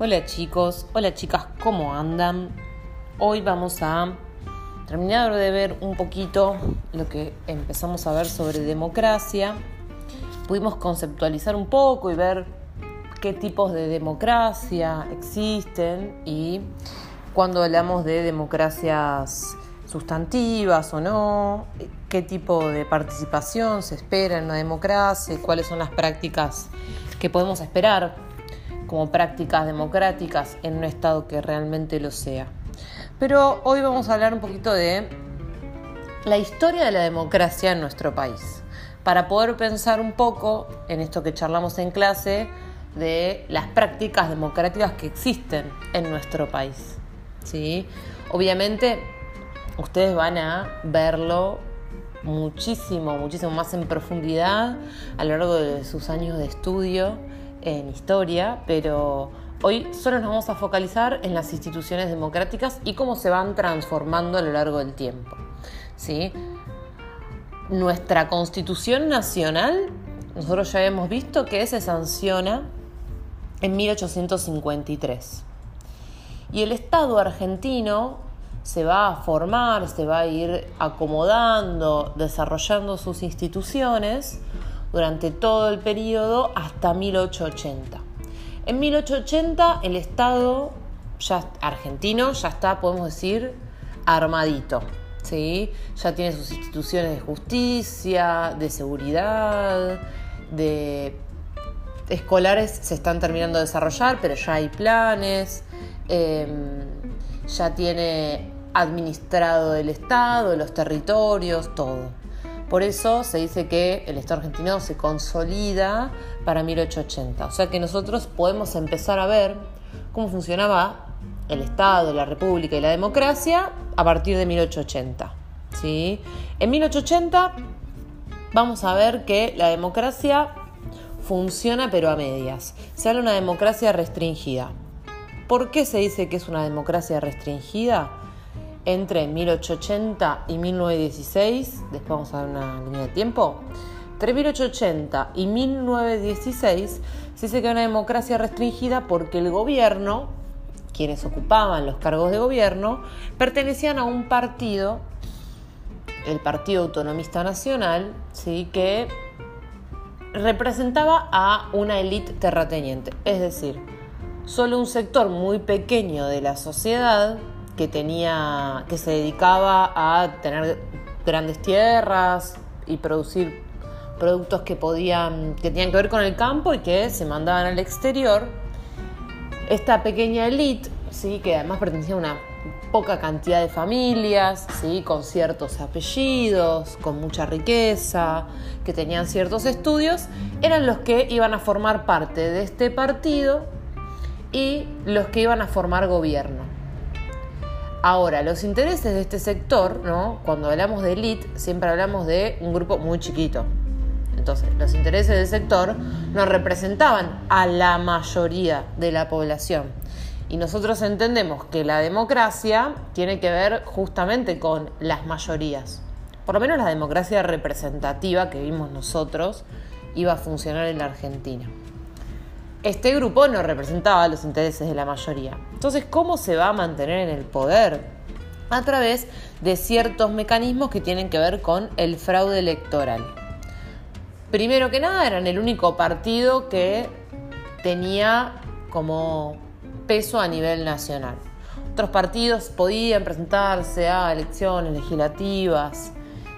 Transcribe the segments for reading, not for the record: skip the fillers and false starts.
Hola chicos, hola chicas, ¿cómo andan? Hoy vamos a terminar de ver un poquito lo que empezamos a ver sobre democracia. Pudimos conceptualizar un poco y ver qué tipos de democracia existen y cuando hablamos de democracias sustantivas o no, qué tipo de participación se espera en una democracia y cuáles son las prácticas que podemos esperar como prácticas democráticas en un Estado que realmente lo sea. Pero hoy vamos a hablar un poquito de la historia de la democracia en nuestro país, para poder pensar un poco en esto que charlamos en clase de las prácticas democráticas que existen en nuestro país, ¿sí? Obviamente ustedes van a verlo muchísimo más en profundidad a lo largo de sus años de estudio en historia, pero hoy solo nos vamos a focalizar en las instituciones democráticas y cómo se van transformando a lo largo del tiempo, ¿sí? Nuestra Constitución Nacional, nosotros ya hemos visto que se sanciona en 1853. Y el Estado argentino se va a formar, se va a ir acomodando, desarrollando sus instituciones durante todo el periodo hasta 1880. En 1880 el Estado argentino ya está, podemos decir, armadito, ¿sí? Ya tiene sus instituciones de justicia, de seguridad, de escolares se están terminando de desarrollar, pero ya hay planes, ya tiene administrado el Estado, los territorios, todo. Por eso se dice que el Estado argentino se consolida para 1880. O sea que nosotros podemos empezar a ver cómo funcionaba el Estado, la República y la democracia a partir de 1880, ¿sí? En 1880 vamos a ver que la democracia funciona pero a medias. Se habla de una democracia restringida. ¿Por qué se dice que es una democracia restringida? Entre 1880 y 1916, después vamos a dar una línea de tiempo, entre 1880 y 1916 se dice que era una democracia restringida porque el gobierno, quienes ocupaban los cargos de gobierno, pertenecían a un partido, el Partido Autonomista Nacional, ¿sí?, que representaba a una élite terrateniente, es decir, solo un sector muy pequeño de la sociedad que se dedicaba a tener grandes tierras y producir productos que tenían que ver con el campo y que se mandaban al exterior. Esta pequeña élite, ¿sí?, que además pertenecía a una poca cantidad de familias, ¿sí?, con ciertos apellidos, con mucha riqueza, que tenían ciertos estudios, eran los que iban a formar parte de este partido y los que iban a formar gobierno. Ahora, los intereses de este sector, ¿no?, cuando hablamos de élite, siempre hablamos de un grupo muy chiquito. Entonces, los intereses del sector no representaban a la mayoría de la población. Y nosotros entendemos que la democracia tiene que ver justamente con las mayorías. Por lo menos la democracia representativa que vimos nosotros iba a funcionar en la Argentina. Este grupo no representaba los intereses de la mayoría. Entonces, ¿cómo se va a mantener en el poder? A través de ciertos mecanismos que tienen que ver con el fraude electoral. Primero que nada, eran el único partido que tenía como peso a nivel nacional. Otros partidos podían presentarse a elecciones legislativas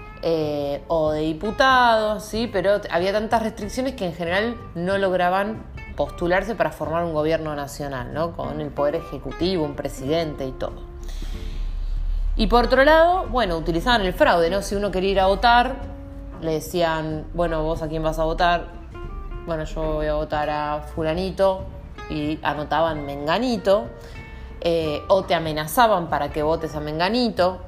o de diputados, ¿sí?, pero había tantas restricciones que en general no lograban postularse para formar un gobierno nacional, ¿no?, con el poder ejecutivo, un presidente y todo. Y por otro lado, utilizaban el fraude, ¿no? Si uno quería ir a votar, le decían, ¿vos a quién vas a votar? Yo voy a votar a fulanito, y anotaban menganito, o te amenazaban para que votes a menganito,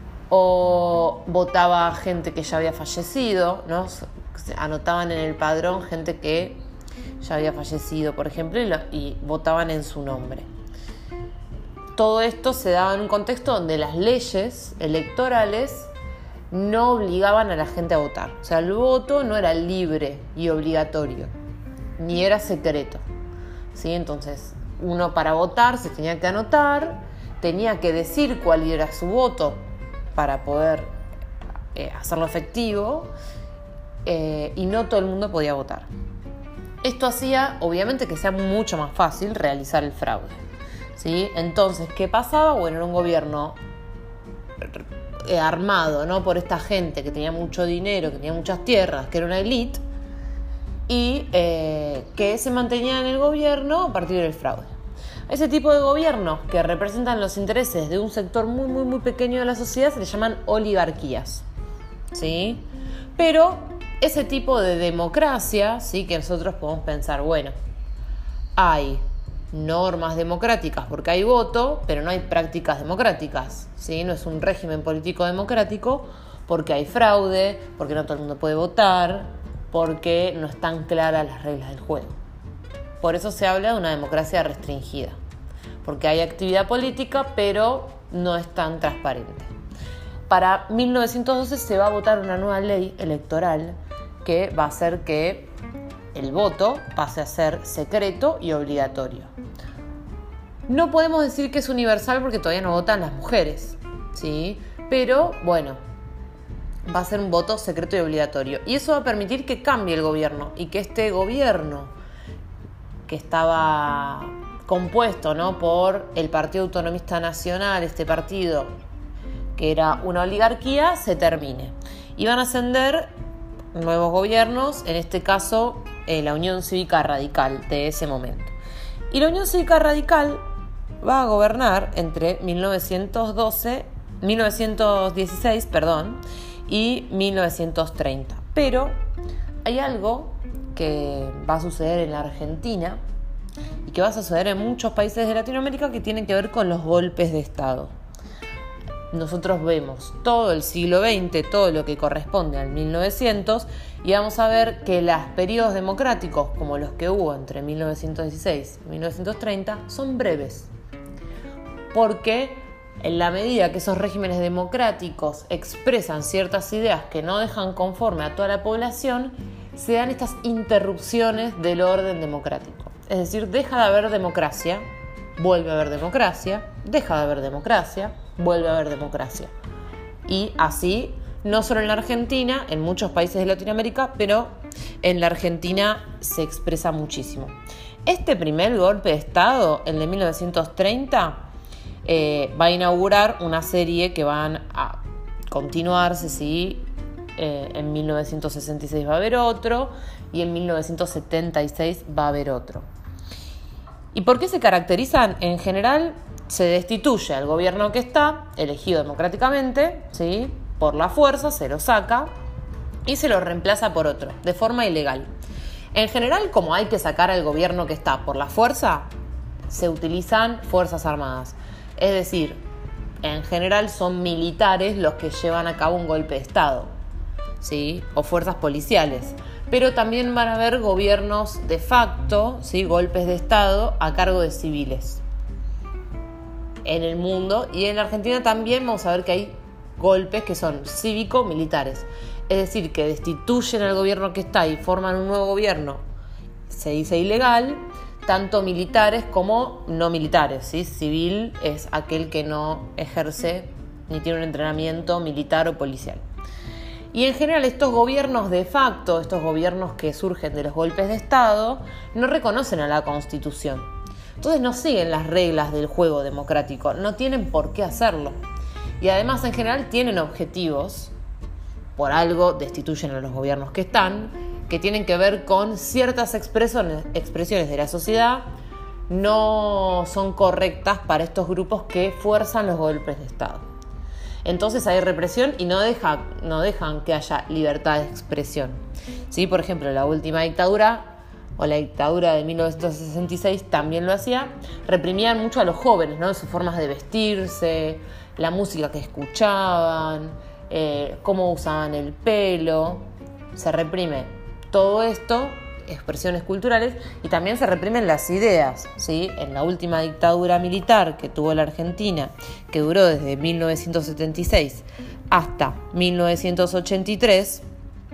o votaba gente que ya había fallecido, ¿no? Anotaban en el padrón gente que ya había fallecido, por ejemplo, y votaban en su nombre. Todo esto se daba en un contexto donde las leyes electorales no obligaban a la gente a votar. O sea, el voto no era libre y obligatorio, ni era secreto, ¿sí? Entonces, uno para votar se tenía que anotar, tenía que decir cuál era su voto para poder hacerlo efectivo, y no todo el mundo podía votar. Esto hacía, obviamente, que sea mucho más fácil realizar el fraude, ¿sí? Entonces, ¿qué pasaba? Bueno, era un gobierno armado, ¿no?, por esta gente que tenía mucho dinero, que tenía muchas tierras, que era una élite, y que se mantenía en el gobierno a partir del fraude. Ese tipo de gobiernos que representan los intereses de un sector muy, muy, muy pequeño de la sociedad se les llaman oligarquías, ¿sí? Pero ese tipo de democracia, ¿sí?, que nosotros podemos pensar, bueno, hay normas democráticas porque hay voto, pero no hay prácticas democráticas, ¿sí? No es un régimen político democrático porque hay fraude, porque no todo el mundo puede votar, porque no están claras las reglas del juego. Por eso se habla de una democracia restringida, porque hay actividad política, pero no es tan transparente. Para 1912 se va a votar una nueva ley electoral que va a hacer que el voto pase a ser secreto y obligatorio. No podemos decir que es universal porque todavía no votan las mujeres, ¿sí? Pero bueno, va a ser un voto secreto y obligatorio. Y eso va a permitir que cambie el gobierno y que este gobierno, que estaba compuesto, ¿no?, por el Partido Autonomista Nacional, este partido que era una oligarquía, se termine. Y van a ascender nuevos gobiernos, en este caso la Unión Cívica Radical de ese momento. Y la Unión Cívica Radical va a gobernar entre 1916 y 1930. Pero hay algo que va a suceder en la Argentina y que va a suceder en muchos países de Latinoamérica que tienen que ver con los golpes de Estado. Nosotros vemos todo el siglo XX, todo lo que corresponde al 1900, y vamos a ver que los periodos democráticos, como los que hubo entre 1916 y 1930, son breves. Porque en la medida que esos regímenes democráticos expresan ciertas ideas que no dejan conforme a toda la población, se dan estas interrupciones del orden democrático. Es decir, deja de haber democracia, vuelve a haber democracia, deja de haber democracia, vuelve a haber democracia. Y así, no solo en la Argentina, en muchos países de Latinoamérica, pero en la Argentina se expresa muchísimo. Este primer golpe de Estado, el de 1930, va a inaugurar una serie que van a continuarse, ¿sí? En 1966 va a haber otro y en 1976 va a haber otro. ¿Y por qué se caracterizan? En general, se destituye al gobierno que está, elegido democráticamente, ¿sí?, por la fuerza, se lo saca y se lo reemplaza por otro, de forma ilegal. En general, como hay que sacar al gobierno que está por la fuerza, se utilizan fuerzas armadas. Es decir, en general son militares los que llevan a cabo un golpe de Estado, ¿sí?, o fuerzas policiales. Pero también van a haber gobiernos de facto, ¿sí?, golpes de Estado a cargo de civiles en el mundo. Y en la Argentina también vamos a ver que hay golpes que son cívico-militares. Es decir, que destituyen al gobierno que está y forman un nuevo gobierno, se dice ilegal, tanto militares como no militares, ¿sí? Civil es aquel que no ejerce ni tiene un entrenamiento militar o policial. Y en general estos gobiernos de facto, estos gobiernos que surgen de los golpes de Estado, no reconocen a la Constitución. Entonces no siguen las reglas del juego democrático, no tienen por qué hacerlo. Y además en general tienen objetivos, por algo destituyen a los gobiernos que están, que tienen que ver con ciertas expresiones de la sociedad, no son correctas para estos grupos que fuerzan los golpes de Estado. Entonces hay represión y no dejan que haya libertad de expresión, ¿sí? Por ejemplo, la última dictadura, o la dictadura de 1966 también lo hacía, reprimían mucho a los jóvenes, ¿no?, sus formas de vestirse, la música que escuchaban, cómo usaban el pelo. Se reprime todo esto, expresiones culturales, y también se reprimen las ideas, ¿sí? En la última dictadura militar que tuvo la Argentina, que duró desde 1976 hasta 1983,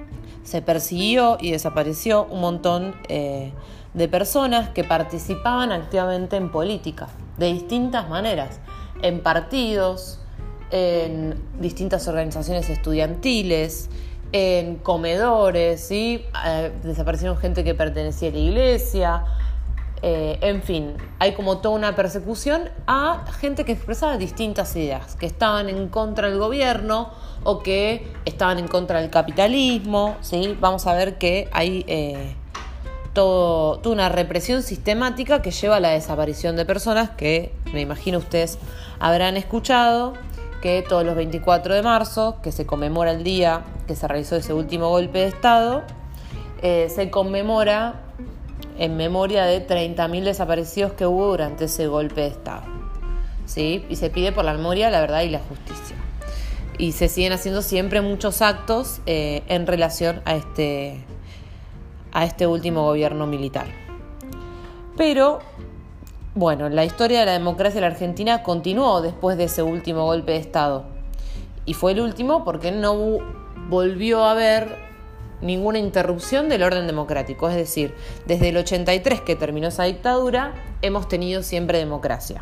se persiguió y desapareció un montón de personas que participaban activamente en política, de distintas maneras, en partidos, en distintas organizaciones estudiantiles, en comedores, ¿sí? Desaparecieron gente que pertenecía a la iglesia, en fin, hay como toda una persecución a gente que expresaba distintas ideas, que estaban en contra del gobierno o que estaban en contra del capitalismo, ¿sí? Vamos a ver que hay toda una represión sistemática que lleva a la desaparición de personas que, me imagino ustedes habrán escuchado, que todos los 24 de marzo, que se conmemora el día que se realizó ese último golpe de Estado, se conmemora en memoria de 30.000 desaparecidos que hubo durante ese golpe de Estado, ¿sí? Y se pide por la memoria, la verdad y la justicia. Y se siguen haciendo siempre muchos actos en relación a este último gobierno militar. Pero, bueno, la historia de la democracia en la Argentina continuó después de ese último golpe de Estado. Y fue el último porque no volvió a haber ninguna interrupción del orden democrático. Es decir, desde el 83 que terminó esa dictadura, hemos tenido siempre democracia.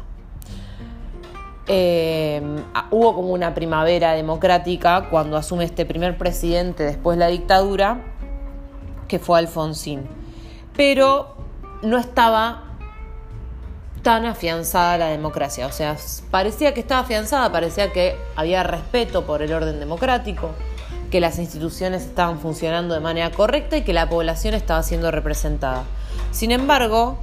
Hubo como una primavera democrática cuando asume este primer presidente después de la dictadura, que fue Alfonsín. Pero no estaba tan afianzada la democracia. O sea, parecía que estaba afianzada, parecía que había respeto por el orden democrático, que las instituciones estaban funcionando de manera correcta y que la población estaba siendo representada. Sin embargo,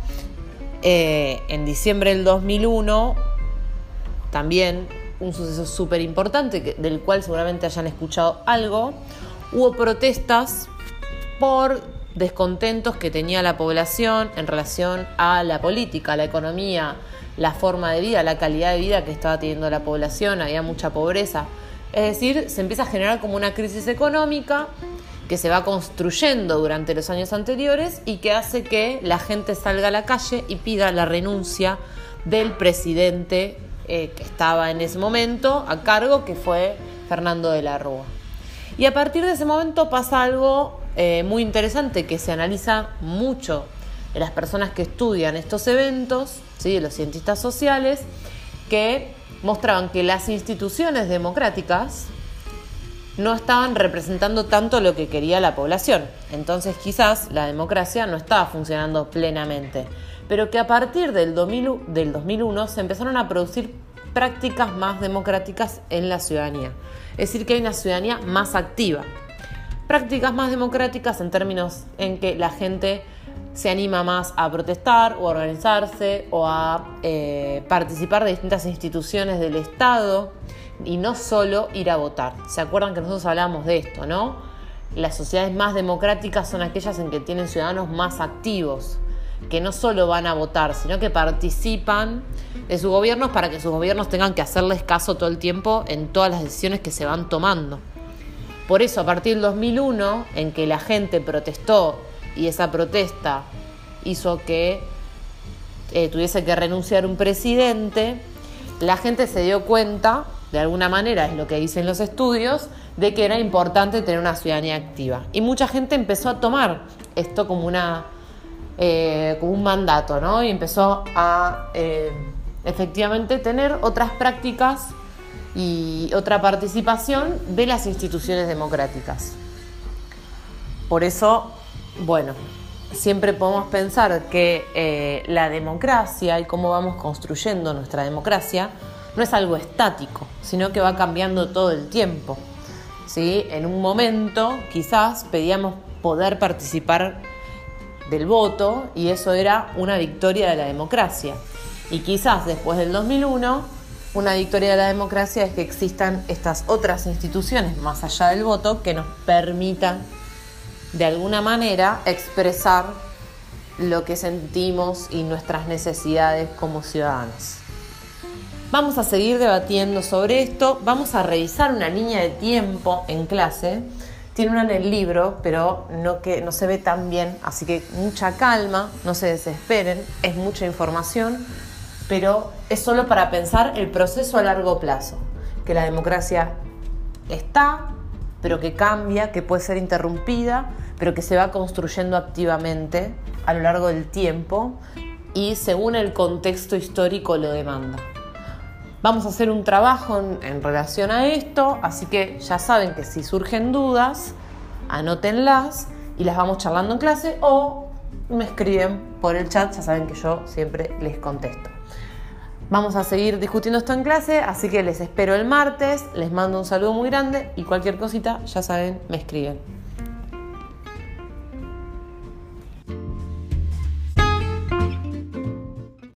en diciembre del 2001, también un suceso súper importante, del cual seguramente hayan escuchado algo, hubo protestas por descontentos que tenía la población en relación a la política, la economía, la forma de vida, la calidad de vida que estaba teniendo la población. Había mucha pobreza. Es decir, se empieza a generar como una crisis económica que se va construyendo durante los años anteriores y que hace que la gente salga a la calle y pida la renuncia del presidente que estaba en ese momento a cargo, que fue Fernando de la Rúa. Y a partir de ese momento pasa algo muy interesante que se analiza mucho de las personas que estudian estos eventos, ¿sí? De los cientistas sociales, que mostraban que las instituciones democráticas no estaban representando tanto lo que quería la población. Entonces quizás la democracia no estaba funcionando plenamente, pero que a partir del 2001 se empezaron a producir prácticas más democráticas en la ciudadanía. Es decir, que hay una ciudadanía más activa. Prácticas más democráticas en términos en que la gente se anima más a protestar o a organizarse o a participar de distintas instituciones del Estado y no solo ir a votar. ¿Se acuerdan que nosotros hablamos de esto, no? Las sociedades más democráticas son aquellas en que tienen ciudadanos más activos, que no solo van a votar, sino que participan de sus gobiernos para que sus gobiernos tengan que hacerles caso todo el tiempo en todas las decisiones que se van tomando. Por eso, a partir del 2001, en que la gente protestó y esa protesta hizo que tuviese que renunciar un presidente, la gente se dio cuenta, de alguna manera, es lo que dicen los estudios, de que era importante tener una ciudadanía activa. Y mucha gente empezó a tomar esto como un mandato, ¿no? Y empezó a efectivamente tener otras prácticas y otra participación de las instituciones democráticas. Por eso, bueno, siempre podemos pensar que la democracia y cómo vamos construyendo nuestra democracia no es algo estático, sino que va cambiando todo el tiempo, ¿sí? En un momento quizás pedíamos poder participar del voto y eso era una victoria de la democracia. Y quizás después del 2001, una victoria de la democracia es que existan estas otras instituciones más allá del voto que nos permitan de alguna manera expresar lo que sentimos y nuestras necesidades como ciudadanos. Vamos a seguir debatiendo sobre esto, vamos a revisar una línea de tiempo en clase. Tiene una en el libro, pero no se ve tan bien, así que mucha calma, no se desesperen, es mucha información, pero es solo para pensar el proceso a largo plazo, que la democracia está, pero que cambia, que puede ser interrumpida, pero que se va construyendo activamente a lo largo del tiempo y según el contexto histórico lo demanda. Vamos a hacer un trabajo en relación a esto, así que ya saben que si surgen dudas, anótenlas y las vamos charlando en clase o me escriben por el chat, ya saben que yo siempre les contesto. Vamos a seguir discutiendo esto en clase, así que les espero el martes, les mando un saludo muy grande y cualquier cosita, ya saben, me escriben.